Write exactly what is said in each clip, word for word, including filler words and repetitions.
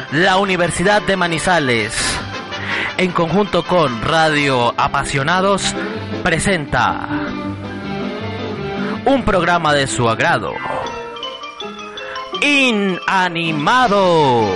La Universidad de Manizales, en conjunto con Radio Apasionados, presenta un programa de su agrado: Inanimado.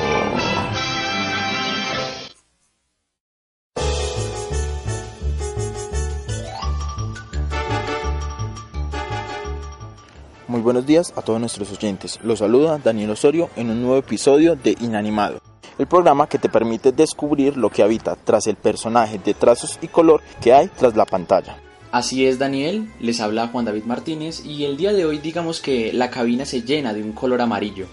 Muy buenos días a todos nuestros oyentes. Los saluda Daniel Osorio en un nuevo episodio de Inanimado, el programa que te permite descubrir lo que habita tras el personaje de trazos y color que hay tras la pantalla. Así es, Daniel, les habla Juan David Martínez y el día de hoy digamos que la cabina se llena de un color amarillo.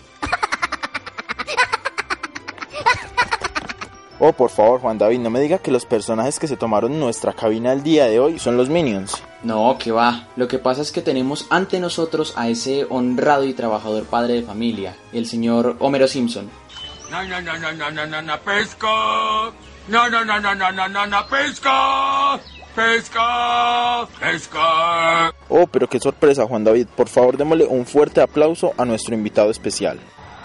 Oh, por favor, Juan David, no me diga que los personajes que se tomaron nuestra cabina el día de hoy son los Minions. No, que va. Lo que pasa es que tenemos ante nosotros a ese honrado y trabajador padre de familia, el señor Homero Simpson. No, no, no, no, no, no, no, no, pesca. No, no, no, no, no, no, no, no, pesca. Pesca, pesca. Oh, pero qué sorpresa, Juan David. Por favor, démosle un fuerte aplauso a nuestro invitado especial.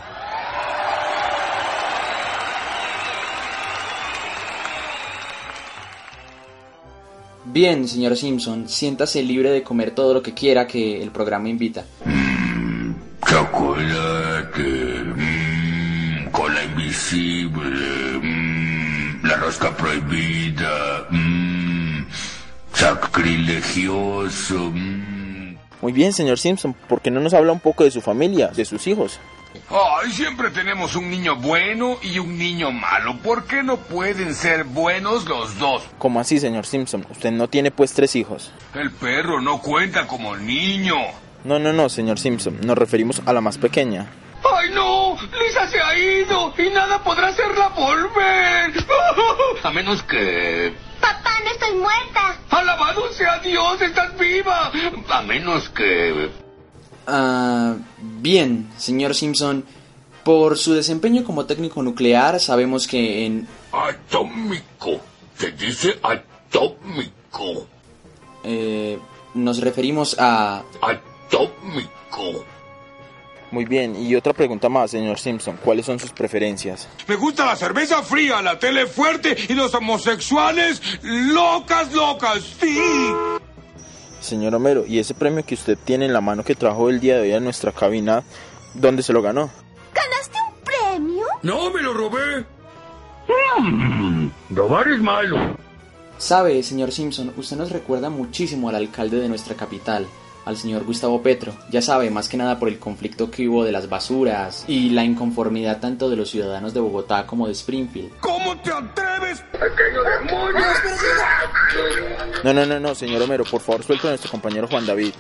Bien, señor Simpson, siéntase libre de comer todo lo que quiera que el programa invita. Mmm, chocolate, mmm, cola invisible, mmm, la rosca prohibida, mmm, sacrilegioso, mmm. Muy bien, señor Simpson, ¿por qué no nos habla un poco de su familia, de sus hijos? Ay, siempre tenemos un niño bueno y un niño malo. ¿Por qué no pueden ser buenos los dos? ¿Cómo así, señor Simpson? Usted no tiene pues tres hijos. El perro no cuenta como niño. No, no, no, señor Simpson, nos referimos a la más pequeña. ¡Ay, no! ¡Lisa se ha ido y nada podrá hacerla volver! A menos que... ¡Papá, no estoy muerta! ¡Alabado sea Dios, estás viva! A menos que... Ah, bien, señor Simpson, por su desempeño como técnico nuclear sabemos que en... Atómico, se dice atómico. Eh, nos referimos a... Atómico. Muy bien, y otra pregunta más, señor Simpson, ¿cuáles son sus preferencias? Me gusta la cerveza fría, la tele fuerte y los homosexuales locas, locas, sí. Señor Homero, ¿y ese premio que usted tiene en la mano que trajo el día de hoy a nuestra cabina, dónde se lo ganó? ¿Ganaste un premio? No, me lo robé. Mm, robar es malo. Sabe, señor Simpson, usted nos recuerda muchísimo al alcalde de nuestra capital, al señor Gustavo Petro. Ya sabe, más que nada por el conflicto que hubo de las basuras y la inconformidad tanto de los ciudadanos de Bogotá como de Springfield. ¿Cómo te atreves, pequeño demonio? No, no, no, no, señor Homero, por favor, suelta a nuestro compañero Juan David.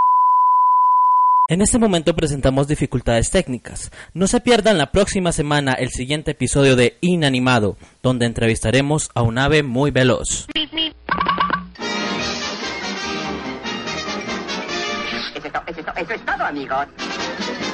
En este momento presentamos dificultades técnicas. No se pierdan la próxima semana el siguiente episodio de Inanimado, donde entrevistaremos a un ave muy veloz. Eso es todo, amigos.